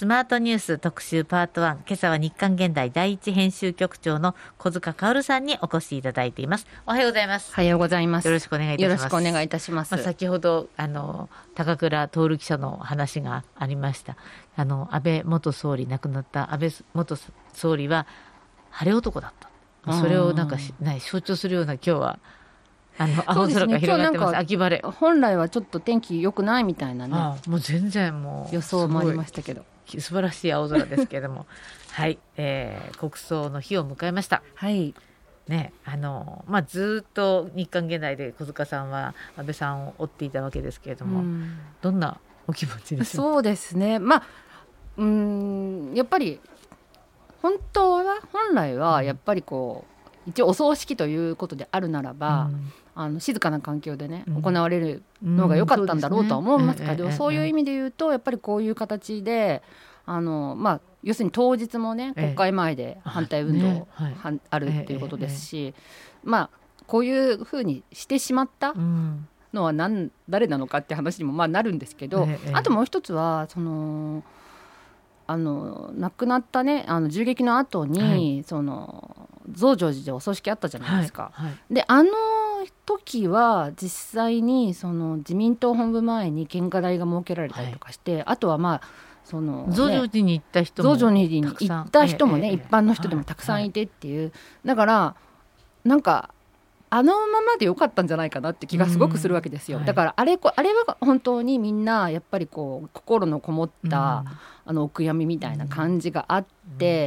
スマートニュース特集パート1。今朝は日刊現代第一編集局長の小塚薫さんにお越しいただいています。おはようございます。 おはようございます。 よろしくお願いいたします。 よろしくお願いいたします。 先ほど高倉徹記者の話がありました。安倍元総理、亡くなった安倍元総理は晴れ男だった。それを象徴するような今日は青空が広がってます。秋晴れ。 本来はちょっと天気良くないみたいなね。 もう全然もう予想もありましたけど、 素晴らしい青空ですけれどもはい、国葬の日を迎えました。 はいね、ずっと日刊現代で小塚さんは安倍さんを追っていたわけですけれども、どんなお気持ちでしょう。 そうですね、やっぱり本来はやっぱり一応お葬式ということであるならば、静かな環境でね、行われるのが良かったんだろうとは思いますけど、そういう意味で言うとやっぱりこういう形で要するに当日もね、国会前で反対運動あるっていうことですし、こういうふうにしてしまったのは誰なのかって話にもなるんですけど、あともう一つは亡くなったね、銃撃の後に、増上寺でお葬式あったじゃないですか。で時は実際に自民党本部前に献花台が設けられたりとかして、あとは増上寺に行った人もね、一般の人でもたくさんいてっていう、だからなんかままでよかったんじゃないかなって気がすごくするわけですよ。だからあれは本当にみんなやっぱり心のこもったお悔やみみたいな感じがあって、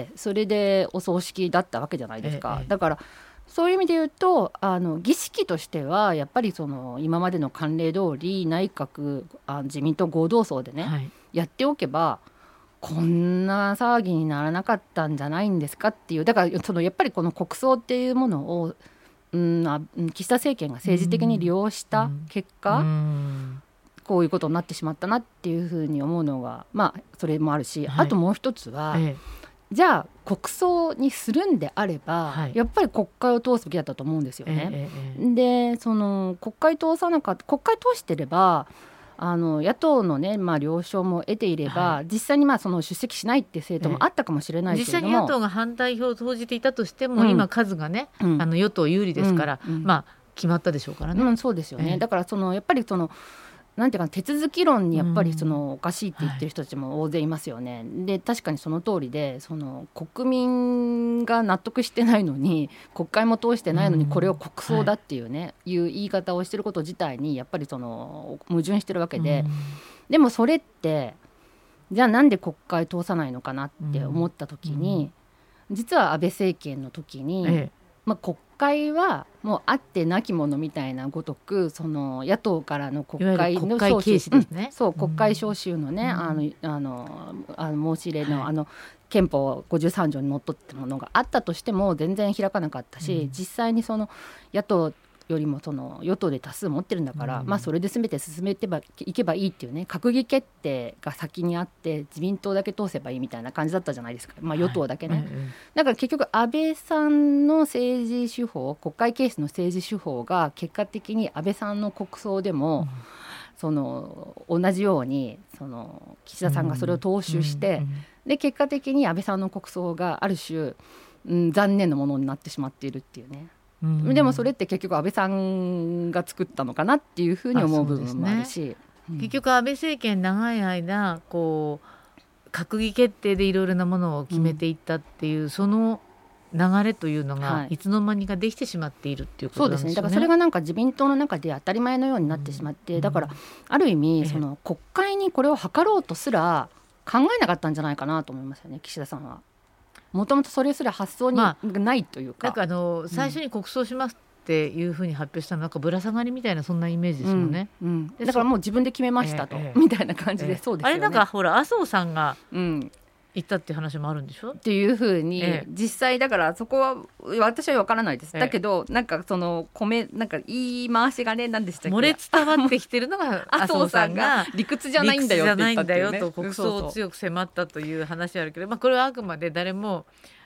それでお葬式だったわけじゃないですか。だからそういう意味で言うと儀式としてはやっぱり今までの慣例通り内閣自民党合同葬でね、やっておけばこんな騒ぎにならなかったんじゃないんですかっていう。だからやっぱりこの国葬っていうものを岸田政権が政治的に利用した結果、こういうことになってしまったなっていうふうに思うのがそれもあるし、あともう一つは、じゃあ国葬にするんであれば、やっぱり国会を通すべきだったと思うんですよね。で国会通してれば野党のね、了承も得ていれば、実際に出席しないって政党もあったかもしれないけれども、 実際に野党が反対票を投じていたとしても、今数がね、与党有利ですから、決まったでしょうからね。 そうですよね。だからやっぱりなんていうか手続き論にやっぱりおかしいって言ってる人たちも大勢いますよね。で確かにその通りで、国民が納得してないのに、国会も通してないのに、これを国葬だっていうね、いう言い方をしてること自体にやっぱり矛盾してるわけで、でもそれってじゃあなんで国会通さないのかなって思った時に、実は安倍政権の時に、国会はもうあってなきものみたいなごとく、野党からの国会の招集ですね。 国会招集のね、申し入れの、憲法53条にのっとったものがあったとしても全然開かなかったし、実際に野党よりも与党で多数持ってるんだから、それで全て進めていけばいいっていうね、閣議決定が先にあって自民党だけ通せばいいみたいな感じだったじゃないですか、与党だけね。だから結局安倍さんの政治手法、国会ケースの政治手法が結果的に安倍さんの国葬でも、同じように岸田さんがそれを踏襲して、で結果的に安倍さんの国葬がある種、残念なものになってしまっているっていうね。でもそれって結局安倍さんが作ったのかなっていうふうに思う部分もあるし、 結局安倍政権長い間閣議決定でいろいろなものを決めていったっていう、その流れというのがいつの間にかできてしまっているっていうことなんですよね。 だからそれが自民党の中で当たり前のようになってしまって、だからある意味国会にこれを図ろうとすら考えなかったんじゃないかなと思いますよね、岸田さんは。もともとそれすら発想にないというか、 最初に国葬しますっていうふうに発表したのぶら下がりみたいな、そんなイメージですよね。 だからもう自分で決めましたと、みたいな感じで。そうですよね。 あれほら麻生さんが言ったっていう話もあるんでしょっていうふうに、実際だからそこは私は分からないです。だけど言い回しがね、何でしたっけ、 漏れ伝わってきてるのが麻生さんが理屈じゃないんだよって言ったっていうね、 と国葬を強く迫ったという話あるけど、これはあくまで誰も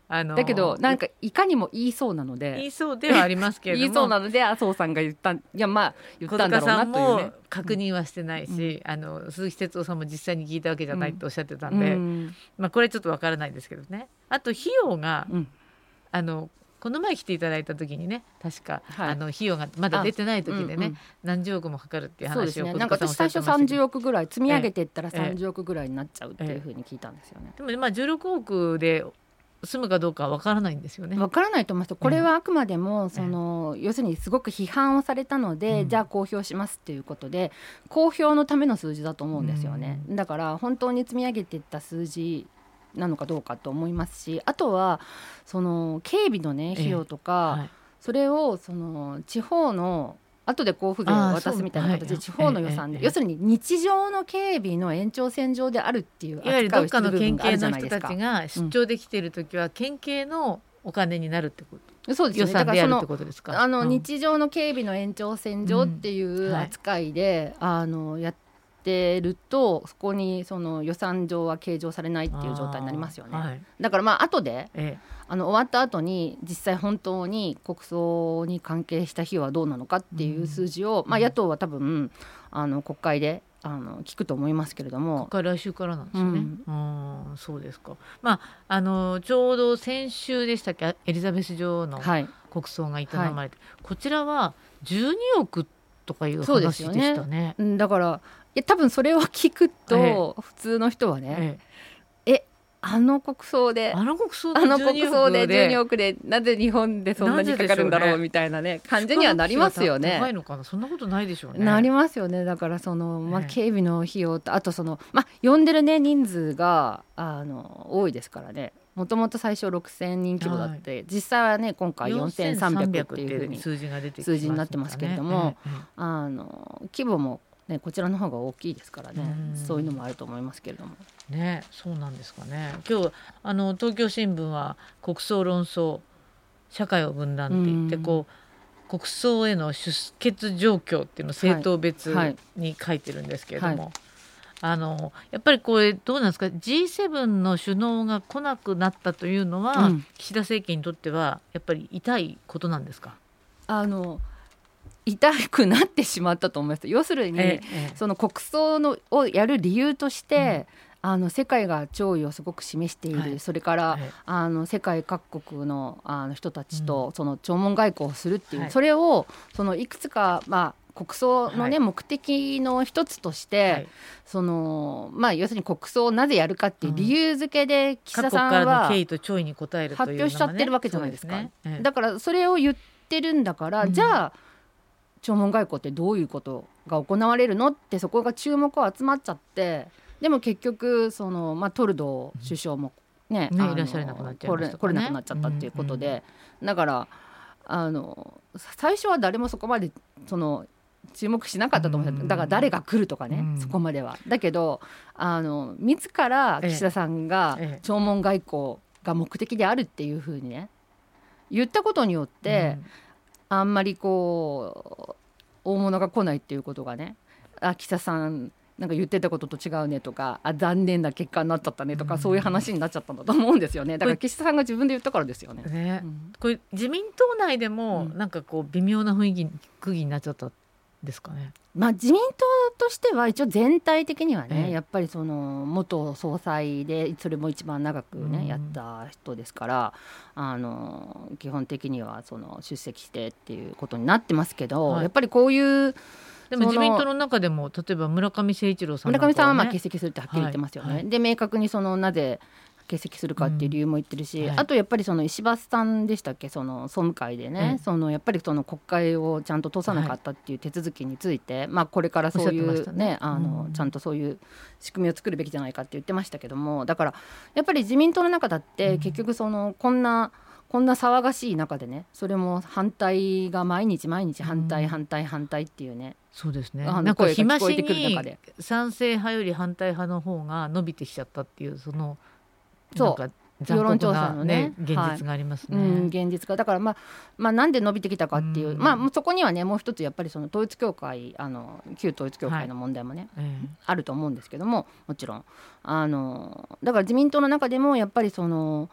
だけどなんかいかにも言いそうなので言いそうではありますけれども言いそうなので麻生さんが言ったんだろうなというね。 小塚さんも確認はしてないし、鈴木哲夫さんも実際に聞いたわけじゃないとおっしゃってたんで、これちょっとわからないですけどね。あと費用が、この前来ていただいた時にね確か、費用がまだ出てない時でね、何十億もかかるっていう話を小塚さんおっしゃってましたけど、 なんか私最初30億ぐらい積み上げていったら30億ぐらいになっちゃうっていうふうに聞いたんですよね。 でも16億で済むかどうかは分からないんですよね。 分からないと思います。これはあくまでも要するにすごく批判をされたので、じゃあ公表しますっていうことで公表のための数字だと思うんですよね。だから本当に積み上げていった数字なのかどうかと思いますし、あとはその警備のね費用とか、それをその地方の後で交付税を渡すみたいな形で地方の予算で、要するに日常の警備の延長線上であるっていう扱いをしている部分があるじゃないですか。 いわゆるどっかの県警の人たちが出張できている時は、県警のお金になるってこと、 そうですね、 予算でやるってことですか。 日常の警備の延長線上っていう扱いで、やってるとそこにその予算上は計上されないっていう状態になりますよね。だから後で、終わった後に実際本当に国葬に関係した費用はどうなのかっていう数字を、野党は多分国会で聞くと思いますけれども、 来週からなんですよね。そうですか。ちょうど先週でしたっけ、エリザベス女王の国葬が営まれて、こちらは12億とかいう話でしたね。 だから多分それを聞くと、普通の人はね、あの国葬で12億でなぜ日本でそんなにかかるんだろうみたいなね感じにはなりますよね。 高いのかな、そんなことないでしょうね。 なりますよね。だから警備の費用と、あと呼んでるね人数が多いですからね。もともと最初6000人規模だって、実際はね今回4300っていうふうに数字になってますけれども、規模もこちらの方が大きいですからね、そういうのもあると思いますけれどもね。そうなんですかね。今日東京新聞は国葬論争社会を分断って言って、国葬への出欠状況っていうのを政党別に書いてるんですけれども、やっぱりこれどうなんですか、 G7 の首脳が来なくなったというのは、岸田政権にとってはやっぱり痛いことなんですか。 痛くなってしまったと思います。要するに、その国葬をやる理由として、世界が弔意をすごく示している、それから、世界各国の、人たちとその弔問外交をするっていう、それをいくつか、国葬の、目的の一つとして、要するに国葬をなぜやるかっていう理由付けで岸田さんは発表しちゃってるわけじゃないですか。だからそれを言ってるんだから、じゃあ弔問外交ってどういうことが行われるのって、そこが注目を集まっちゃって、でも結局トルドー首相もいらっしゃれなくなっちゃいましたね。来れなくなっちゃったっていうことで、だから最初は誰もそこまで注目しなかったと思うんです。だから誰が来るとかね、そこまでは。だけど自ら岸田さんが弔問外交が目的であるっていうふうにね言ったことによって、あんまり大物が来ないっていうことがね、岸田さんなんか言ってたことと違うねとか、残念な結果になっちゃったねとか、そういう話になっちゃったんだと思うんですよね。だから岸田さんが自分で言ったからですよね。 これ自民党内でもなんか微妙な雰囲気区切りになっちゃったんですかね。 自民党としては一応全体的にはね、やっぱり元総裁でそれも一番長くね、やった人ですから、基本的には出席してっていうことになってますけど、やっぱりこういうでも自民党の中でも例えば村上誠一郎さんなんかは、ね、 村上さんは欠席するってはっきり言ってますよね。で明確になぜ欠席するかっていう理由も言ってるし、あとやっぱり石破さんでしたっけ、総務会でね、やっぱり国会をちゃんと通さなかったっていう手続きについて、これからそういうね、ちゃんとそういう仕組みを作るべきじゃないかって言ってましたけども、だからやっぱり自民党の中だって結局こんな騒がしい中でね、それも反対が毎日反対っていうね、 そうですね、なんか日増しに賛成派より反対派の方が伸びてきちゃったっていうなんか世論調査のね現実がありますね。 現実がだからなんで伸びてきたかっていう、そこにはねもう一つやっぱり統一教会旧統一教会の問題もね、あると思うんですけども、もちろんだから自民党の中でもやっぱり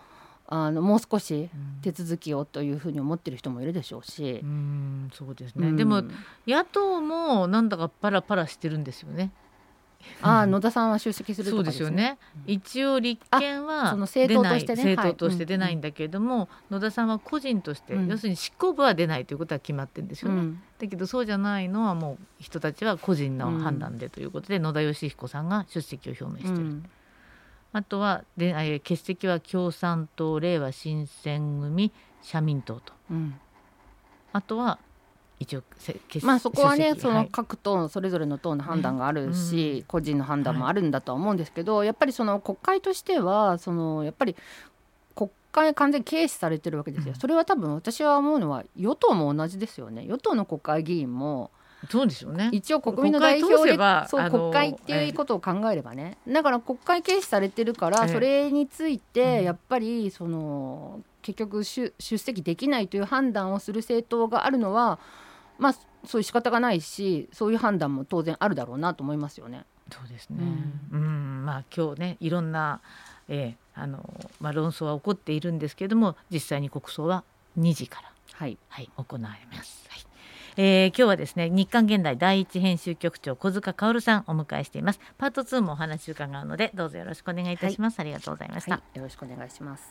もう少し手続きをというふうに思ってる人もいるでしょうし、 そうですね、でも野党もなんだかパラパラしてるんですよね。 野田さんは出席するとかですね。 そうですよね、一応立憲はその政党としてね、 政党として出ないんだけれども、野田さんは個人として、要するに執行部は出ないということは決まってるんですよね、だけどそうじゃないのはもう人たちは個人の判断でということで、野田佳彦さんが出席を表明している、あとは欠席は共産党、れいわ新選組、社民党と、あとは一応そこはね、その各党それぞれの党の判断があるし、個人の判断もあるんだとは思うんですけど、やっぱりその国会としてはやっぱり国会完全に軽視されてるわけですよ。それは多分私は思うのは与党も同じですよね。与党の国会議員もそうですよね、 一応国民の代表で国会っていうことを考えればね、だから国会軽視されてるから、それについてやっぱり結局出席できないという判断をする政党があるのは、そういう仕方がないし、そういう判断も当然あるだろうなと思いますよね。 そうですね、今日ねいろんな、論争は起こっているんですけれども、実際に国葬は2時から、行われます。今日はですね、日刊現代第一編集局長小塚薫さんお迎えしています。パート2もお話伺うのでどうぞよろしくお願いいたします。ありがとうございました。 よろしくお願いします。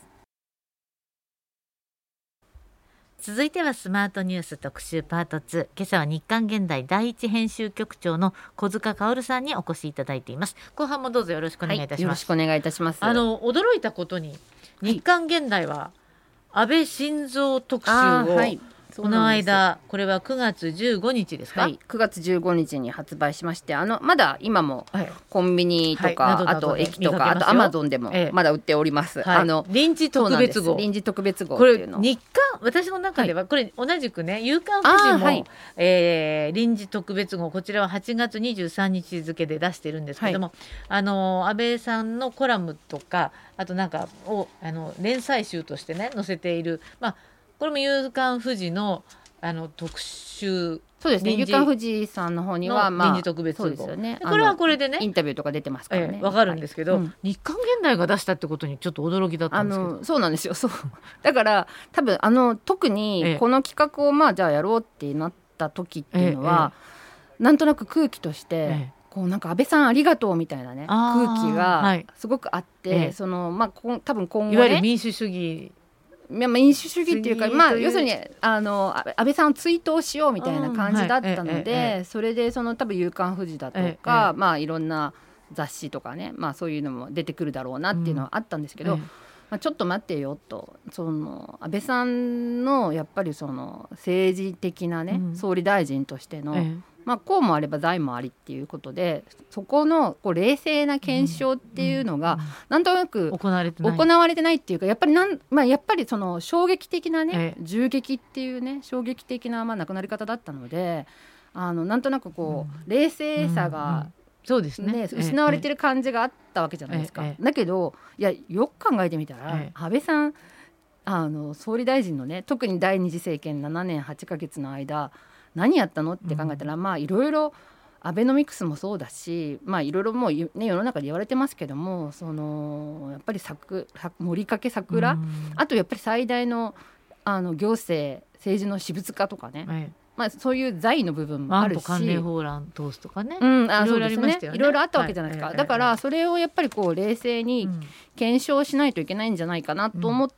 続いてはスマートニュース特集パート2。今朝は日刊現代第一編集局長の小塚薫さんにお越しいただいています。後半もどうぞよろしくお願いいたします。 よろしくお願いいたします。 驚いたことに日刊現代は安倍晋三特集を、この間、これは9月15日ですか、 9月15日に発売しまして、まだ今もコンビニとか、あと駅とか、あとアマゾンでもまだ売っております、 臨時特別号。 臨時特別号っていうの、 これ日刊、私の中ではこれ同じくね、夕刊フジも、臨時特別号、こちらは8月23日付で出してるんですけども、安倍さんのコラムとか、あとなんかを連載集としてね載せている、これも夕刊フジの特集、 そうですね、夕刊フジさんの方には臨時特別号、 ですよね、 これはこれでねインタビューとか出てますからね、 わかるんですけど、日刊現代が出したってことにちょっと驚きだったんですけど、 そうなんですよ。そうだから多分特にこの企画をじゃあやろうってなった時っていうのは、なんとなく空気として、なんか安倍さんありがとうみたいなね空気がすごくあって、多分今後ね、 いわゆる民主主義、 民主主義っていうか、要するに安倍さんを追悼しようみたいな感じだったので、それで多分夕刊フジだとか、いろんな雑誌とかね、そういうのも出てくるだろうなっていうのはあったんですけど、ちょっと待ってよと、安倍さんのやっぱり政治的なね、総理大臣としての、こうもあれば財もありっていうことで、そこの冷静な検証っていうのがなんとなく行われてないっていうか、やっぱり衝撃的なね、銃撃っていうね、衝撃的な亡くなり方だったので、なんとなく冷静さがそうですね、 失われてる感じがあったわけじゃないですか。だけどよく考えてみたら、安倍さん総理大臣のね、特に第二次政権7年8ヶ月の間何やったのって考えたら、いろいろアベノミクスもそうだし、いろいろもう、世の中で言われてますけども、やっぱり盛りかけ桜、あとやっぱり最大の行政政治の私物化とかね、そういう財の部分もあるし、 関連法案通すとかね、いろいろありましたよね。 いろいろあったわけじゃないですか。だからそれをやっぱり冷静に検証しないといけないんじゃないかなと思って、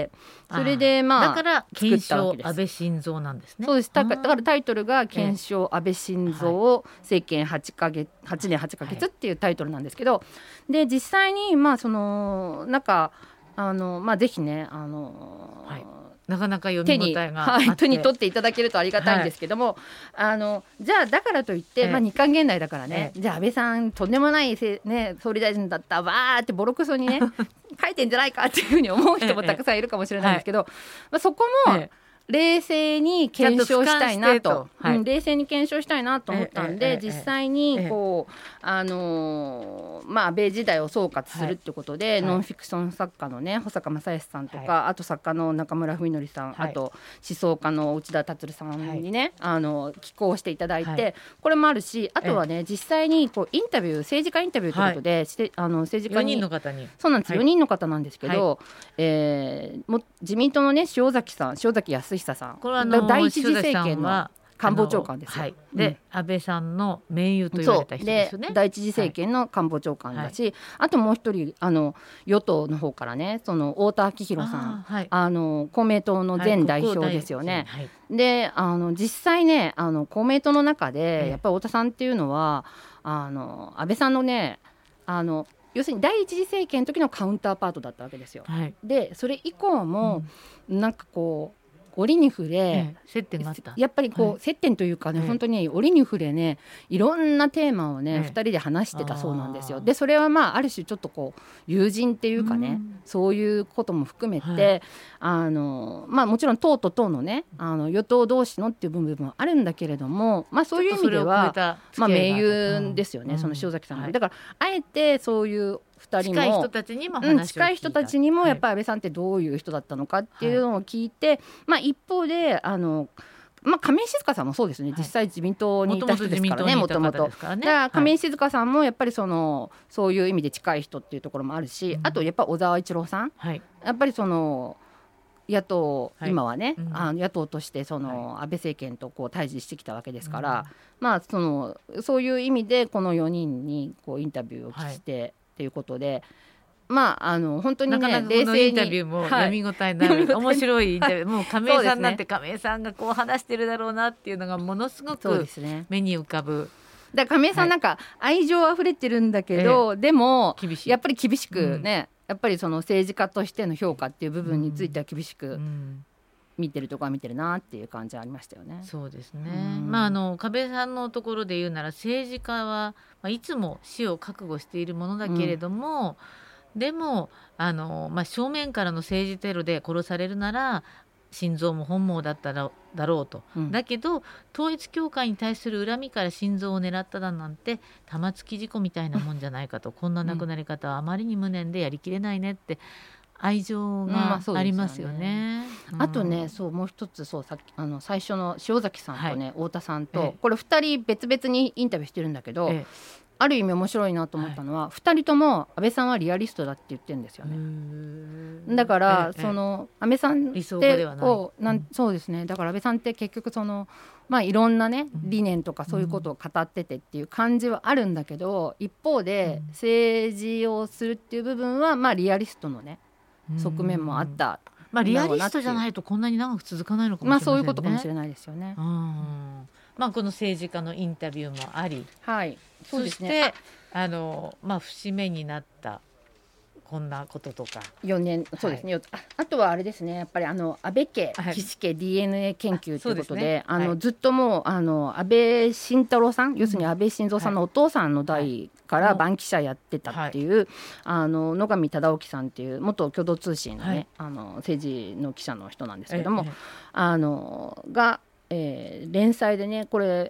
それでだから検証安倍晋三なんですね。 そうです。だからタイトルが検証安倍晋三政権8年8ヶ月っていうタイトルなんですけど、で実際になんかぜひねなかなか読み応えがあって手に取っていただけるとありがたいんですけども、じゃあだからといって、日刊現代だからね、じゃあ安倍さんとんでもない、総理大臣だったわーってボロクソにね書いてんじゃないかっていうふうに思う人もたくさんいるかもしれないんですけど、そこも、 冷静に検証したいなと、 はい、 冷静に検証したいなと思ったんで、実際にこう、安倍時代を総括するってことで、ノンフィクション作家のね保坂正義さんとか、あと作家の中村文則さん、あと思想家の内田達さんにね、寄稿していただいて、これもあるし、あとはね、実際にこうインタビュー、政治家インタビューということで、政治家に 4人の方に、 そうなんです、4人の方なんですけど、自民党のね塩崎康久さん、 これは第一次政権の官房長官ですよ。 で、安倍さんの盟友と言われた人ですよね。 第一次政権の官房長官だし、あともう一人与党の方からね、その太田昭宏さん、公明党の前代表ですよね。で実際ね公明党の中でやっぱり太田さんっていうのは安倍さんのね要するに第一次政権の時のカウンターパートだったわけですよ。でそれ以降もなんかこう折に触れ、 接点があった。 やっぱりこう、接点というかね、本当に折に触れね、いろんなテーマをね、2人で話してたそうなんですよ。でそれはある種ちょっとこう友人っていうかね、そういうことも含めて、もちろん党と党のね与党同士のっていう部分もあるんだけれども、そういう意味では盟友ですよね、その塩崎さんも。だからあえてそういう2人も近い人たちにも話を聞いた、 近い人たちにもやっぱり安倍さんってどういう人だったのかっていうのを聞いて、一方で亀井静香さんもそうですね、実際自民党にいた人ですからね、もともと。だから亀井静香さんもやっぱりそういう意味で近い人っていうところもあるし、あとやっぱ小沢一郎さん、やっぱり野党、今はね、野党として安倍政権とこう対峙してきたわけですから、そういう意味でこの4人にこうインタビューをしてっていうことで、本当にね、 なかなかこのインタビューも読み応えになる、面白いインタビュー、もう亀井さんなんて亀井さんがこう話してるだろうなっていうのがものすごく目に浮かぶ。 だから亀井さんなんか愛情あふれてるんだけど、でもやっぱり厳しくね、やっぱり政治家としての評価っていう部分については厳しく見てるとこは見てるなっていう感じありましたよね。 そうですね。亀井さんのところで言うなら、政治家はいつも死を覚悟しているものだけれども、でも正面からの政治テロで殺されるなら心臓も本望だっただろうと、だけど統一教会に対する恨みから心臓を狙っただなんて玉突き事故みたいなもんじゃないかと、こんな亡くなり方はあまりに無念でやりきれないねって愛情がありますよね。 あとね、もう一つさっき最初の塩崎さんとね、太田さんと、これ2人別々にインタビューしてるんだけど、ある意味面白いなと思ったのは、2人とも安倍さんはリアリストだって言ってるんですよね。だから安倍さんってそうですね、だから安倍さんって結局いろんなね理念とかそういうことを語っててっていう感じはあるんだけど、一方で政治をするっていう部分はリアリストのね側面もあった。 リアリストじゃないとこんなに長く続かないのかもしれませんね。 そういうことかもしれないですよね。 この政治家のインタビューもあり、 そうですね。 そして節目になったこんなこととか 4年、そうですね。あとはあれですね、やっぱり安倍家岸家 DNA 研究ということで、ずっともう安倍晋太郎さん、要するに安倍晋三さんのお父さんの代から番記者やってたっていう、野上忠興さんっていう元共同通信のね、政治の記者の人なんですけども、が連載でね、これ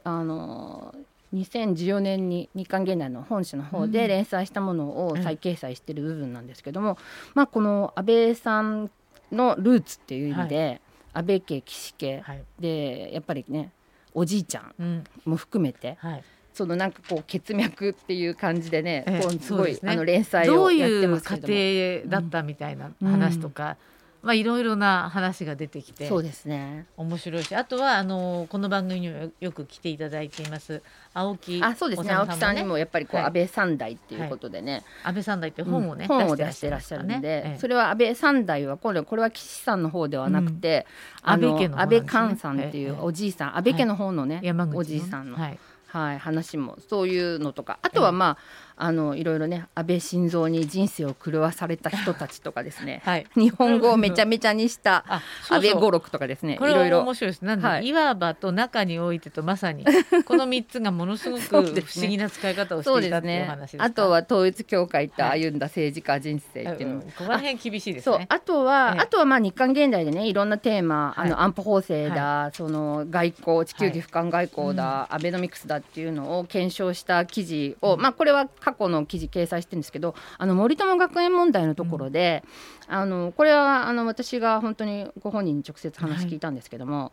2014年に日刊現代の本誌の方で連載したものを再掲載している部分なんですけども、この安倍さんのルーツっていう意味で、安倍家岸家でやっぱりねおじいちゃんも含めて、なんかこう血脈っていう感じでね、すごい連載をやってますけども、 どういう家庭だったみたいな話とか、いろいろな話が出てきて、 そうですね、 面白いし、あとはこの番組にもよく来ていただいています青木、 そうですね、青木さんにもやっぱり安倍三代っていうことでね、 安倍三代って本をね、 本を出してらっしゃるので、それは安倍三代はこれは岸さんの方ではなくて、安倍寛さんっていうおじいさん、安倍家の方のね、おじいさんの話もそういうのとか、あとはいろいろね安倍晋三に人生を狂わされた人たちとかですね、 はい、 日本語をめちゃめちゃにした安倍語録とかですね、 これは面白いです。なんで、 はい、 いわばと中においてとまさにこの3つがものすごく不思議な使い方をしていたっていう話ですか。 あとは統一教会と歩んだ政治家人生っていうのも、 ここら辺厳しいですね。 そうあとはまあ日韓現代でねいろんなテーマ、安保法制だ、その外交地球儀俯瞰外交だ、アベノミクスだっていうのを検証した記事を、まあこれは過去の記事掲載してるんですけど、森友学園問題のところで、これは私が本当にご本人に直接話聞いたんですけども、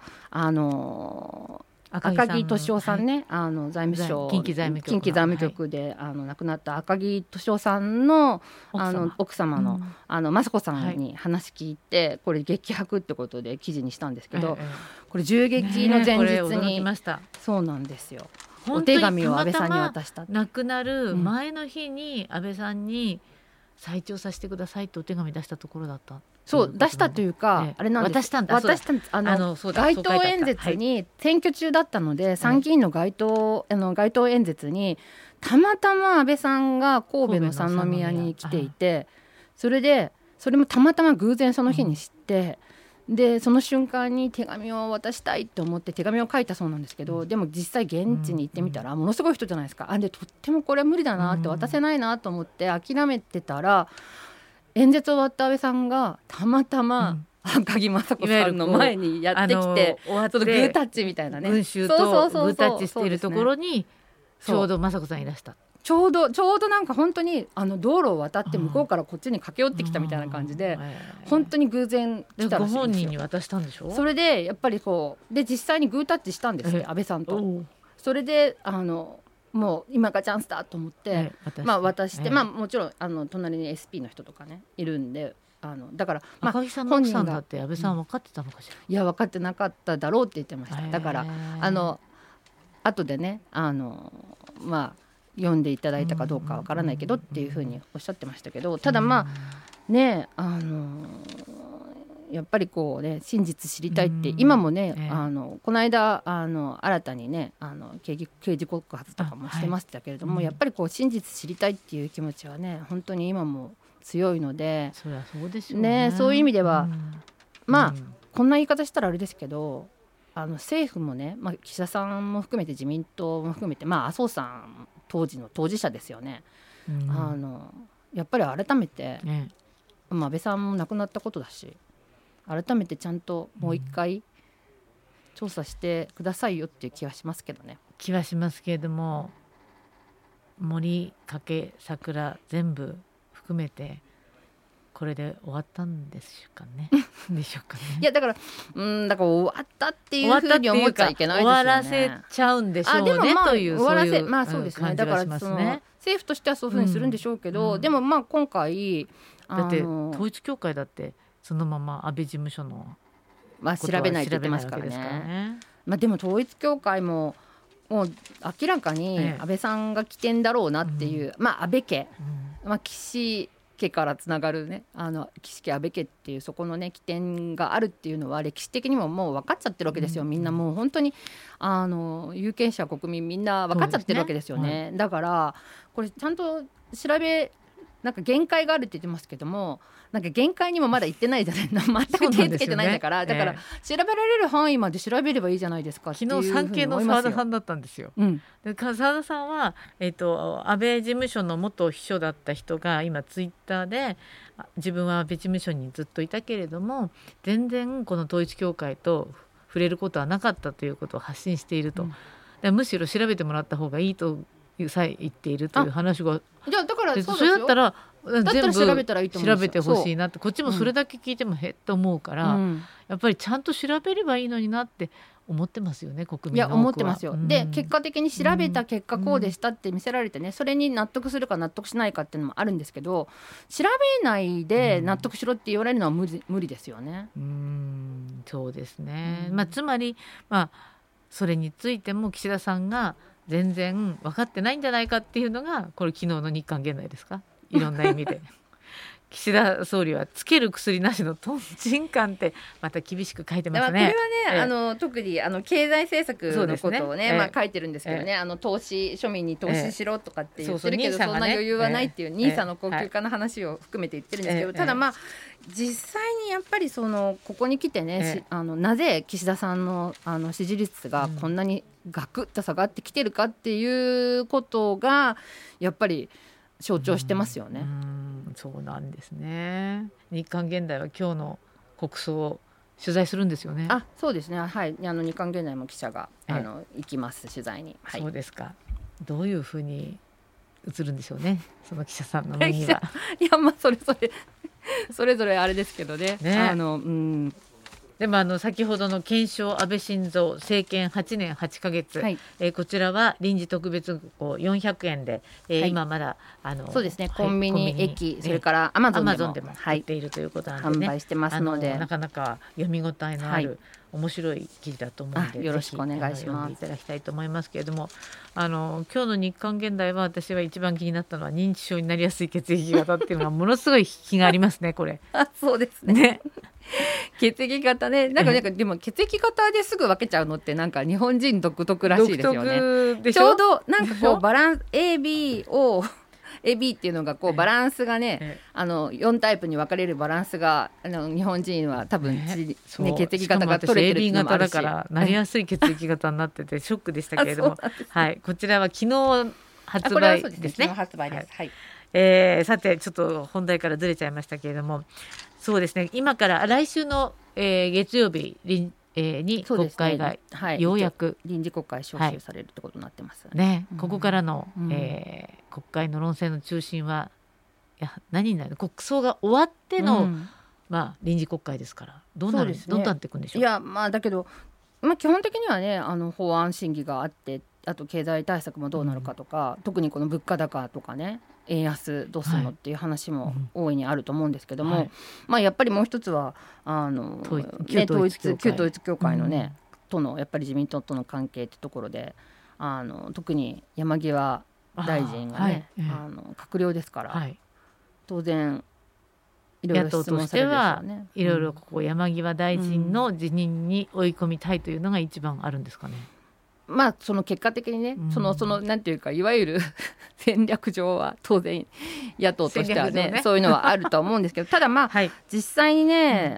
赤木俊夫さんね、財務省近畿財務局で亡くなった赤木俊夫さんの奥様の雅子さんに話聞いて、これ激白ってことで記事にしたんですけど、これ銃撃の前日に、そうなんですよ、お手紙を安倍さんに渡した。 亡くなる前の日に安倍さんに再調査してくださいってお手紙出したところだった。 そう出したというか、あれなんです、 渡したんです街頭演説に選挙中だったので、参議院の街頭演説にたまたま安倍さんが神戸の三宮に来ていて、それもたまたま偶然その日に知って、でその瞬間に手紙を渡したいと思って手紙を書いたそうなんですけど、でも実際現地に行ってみたらものすごい人じゃないですか。でとってもこれは無理だなって、渡せないなと思って諦めてたら、演説終わった安倍さんがたまたま赤木雅子さんの前にやってきて、そのグータッチみたいなね、 群衆とグータッチしているところにちょうど雅子さんいらした。 ちょうどなんか本当に道路を渡って向こうからこっちに駆け寄ってきたみたいな感じで、本当に偶然来たらしいんですよ。 ご本人に渡したんでしょ。 それでやっぱりで実際にグータッチしたんですね、安倍さんと。それでもう今がチャンスだと思って、渡して、もちろん隣に SP の人とかねいるんで、だから、 赤木さんの奥さんだって安倍さん分かってたのかしら。 いや分かってなかっただろうって言ってました。だから後でね読んでいただいたかどうかわからないけどっていうふうにおっしゃってましたけど、ただねやっぱりこうね真実知りたいって今もね、この間新たにね刑事告発とかもしてましたけれども、やっぱりこう真実知りたいっていう気持ちはね本当に今も強いので、 そりゃそうですよね。 そういう意味では、こんな言い方したらあれですけど、政府もね、岸田さんも含めて自民党も含めて麻生さん当時の当事者ですよね、やっぱり改めて、安倍さんも亡くなったことだし、改めてちゃんともう一回調査してくださいよっていう気はしますけどね。 気はしますけれども、森掛桜全部含めてこれで終わったんでしょうかね。 いやだから終わったっていうふうに思っちゃいけないですよね。 終わらせちゃうんでしょうね。というそういうそうですね。だから政府としてはそういうふうにするんでしょうけど、でも今回だって統一教会だってそのまま安倍事務所の調べないと言ってますからね。でも統一教会もう明らかに安倍さんが起点だろうなっていう、安倍家、岸家からつながるね岸家安倍家っていうそこのね起点があるっていうのは歴史的にももう分かっちゃってるわけですよ。みんなもう本当に有権者国民みんな分かっちゃってるわけですよね。だからこれちゃんと調べなんか限界があるって言ってますけども、なんか限界にもまだ行ってないじゃない全く手つけてないんだから、だから調べられる範囲まで調べればいいじゃないですかっていうふうに思いますよ。昨日産経の澤田さんだったんですよ。で澤田さんは、安倍事務所の元秘書だった人が今ツイッターで自分は安倍事務所にずっといたけれども全然この統一教会と触れることはなかったということを発信していると、むしろ調べてもらった方がいいとさえ言っているという話が、だからそれだったら全部調べたらいいと思う。調べてほしいなって、こっちもそれだけ聞いてもへっと思うから、やっぱりちゃんと調べればいいのになって思ってますよね、国民の多くは。いや思ってますよ。で結果的に調べた結果こうでしたって見せられてね、それに納得するか納得しないかっていうのもあるんですけど、調べないで納得しろって言われるのは無理ですよね。そうですね。つまりそれについても岸田さんが全然分かってないんじゃないかっていうのがこれ昨日の日韓現代ですか。いろんな意味で岸田総理はつける薬なしのとんちんカンってまた厳しく書いてますね。 これはね、特に経済政策のことをね、書いてるんですけどね、投資庶民に投資しろとかって言ってるけど、そんな余裕はないっていう NISA の高級化の話を含めて言ってるんですけど、ただ実際にやっぱりここに来てね、なぜ岸田さんの支持率がこんなにガクッと下がってきてるかっていうことがやっぱり象徴してますよね。 そうなんですね。日刊現代は今日の国葬を取材するんですよね。 そうですね、はい、日刊現代も記者が行きます取材に、 そうですか。どういうふうに映るんでしょうね、その記者さんの目には。 いやそれぞれあれですけどね。 でも先ほどの検証安倍晋三政権8年8ヶ月、こちらは臨時特別号400円で、今まだそうですね、コンビニ、駅、それからアマゾンでも売っているということなんでね、 販売してますので、 なかなか読み応えのある、面白い記事だと思うので、 よろしくお願いします。 読んでいただきたいと思いますけれども、今日の日刊現代は私は一番気になったのは認知症になりやすい血液型っていうのはものすごい引きがありますねこれ。 そうですね。血液型ね、なんかでも血液型ですぐ分けちゃうのってなんか日本人独特らしいですよね。ちょうどなんかバランス AB っていうのがバランスがね、4タイプに分かれるバランスが日本人は多分、血液型が取れてるっていうのもあるし、 しかも私 AB 型だからなりやすい血液型になっててショックでしたけれども、こちらは昨日発売ですね。さてちょっと本題からずれちゃいましたけれども、そうですね、今から来週の、月曜日に国会がようやく臨時国会召集されるってことになってますね。ここからの、国会の論戦の中心は何になる、国葬が終わっての、臨時国会ですから、どうなっていくんでしょう。 いやだけど、基本的にはね法案審議があって、あと経済対策もどうなるかとか、特にこの物価高とかね、円安どうするのっていう話も大いにあると思うんですけども、やっぱりもう一つは旧統一教会のね、とのやっぱり自民党との関係ってところで、特に山際大臣がね、閣僚ですから、当然いろいろ質問されるでしょうね。 いろいろここ山際大臣の辞任に追い込みたいというのが一番あるんですかね。 その結果的にね、そのなんていうか、いわゆる戦略上は当然野党としてはね、そういうのはあると思うんですけど、ただ実際にね、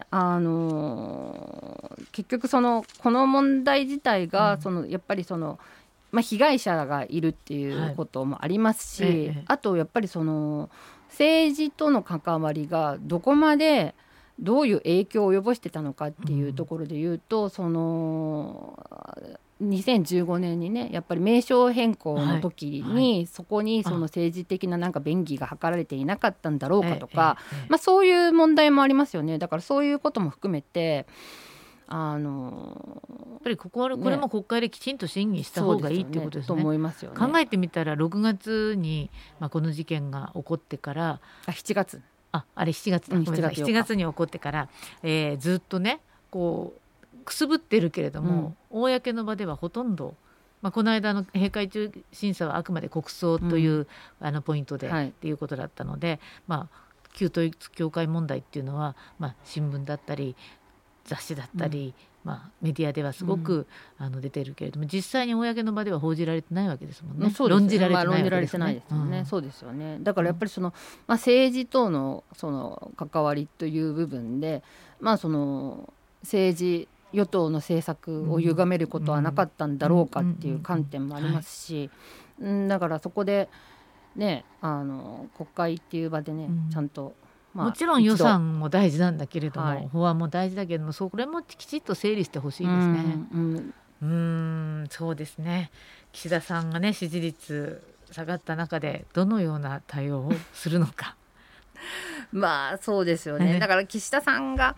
結局この問題自体がやっぱり被害者がいるっていうこともありますし、あとやっぱり政治との関わりがどこまでどういう影響を及ぼしてたのかっていうところで言うと、2015年にね、やっぱり名称変更の時に、そこに政治的な便宜が図られていなかったんだろうかとか、そういう問題もありますよね。だからそういうことも含めてやっぱりこれも国会できちんと審議した方がいいっていうことですね。 と思いますよね。 考えてみたら6月に、この事件が起こってから 7月あれ7月だ、7月に起こってから、ずっとねくすぶってるけれども、公の場ではほとんど、この間の閉会中審査はあくまで国葬という、ポイントで、っていうことだったので、旧統一教会問題っていうのは、新聞だったり雑誌だったり、メディアではすごく、出てるけれども、実際に公の場では報じられてないわけですもんね。論じられてないわけですね。 そうですよね。だからやっぱり政治との関わりという部分で、政治与党の政策を歪めることはなかったんだろうかっていう観点もありますし、だからそこでね、国会っていう場でね、ちゃんともちろん予算も大事なんだけれども、法案も大事だけれども、それもきちっと整理してほしいですね。そうですね。岸田さんがね、支持率下がった中でどのような対応をするのかそうですよね。だから岸田さんの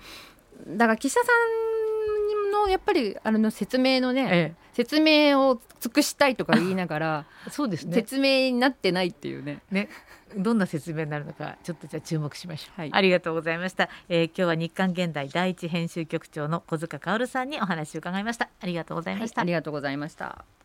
やっぱり説明のね、説明を尽くしたいとか言いながらそうですね、 説明になってないっていうね。 どんな説明になるのか、ちょっとじゃあ注目しましょう。ありがとうございました。今日は日刊現代第一編集局長の小塚薫さんにお話を伺いました。ありがとうございました。 ありがとうございました。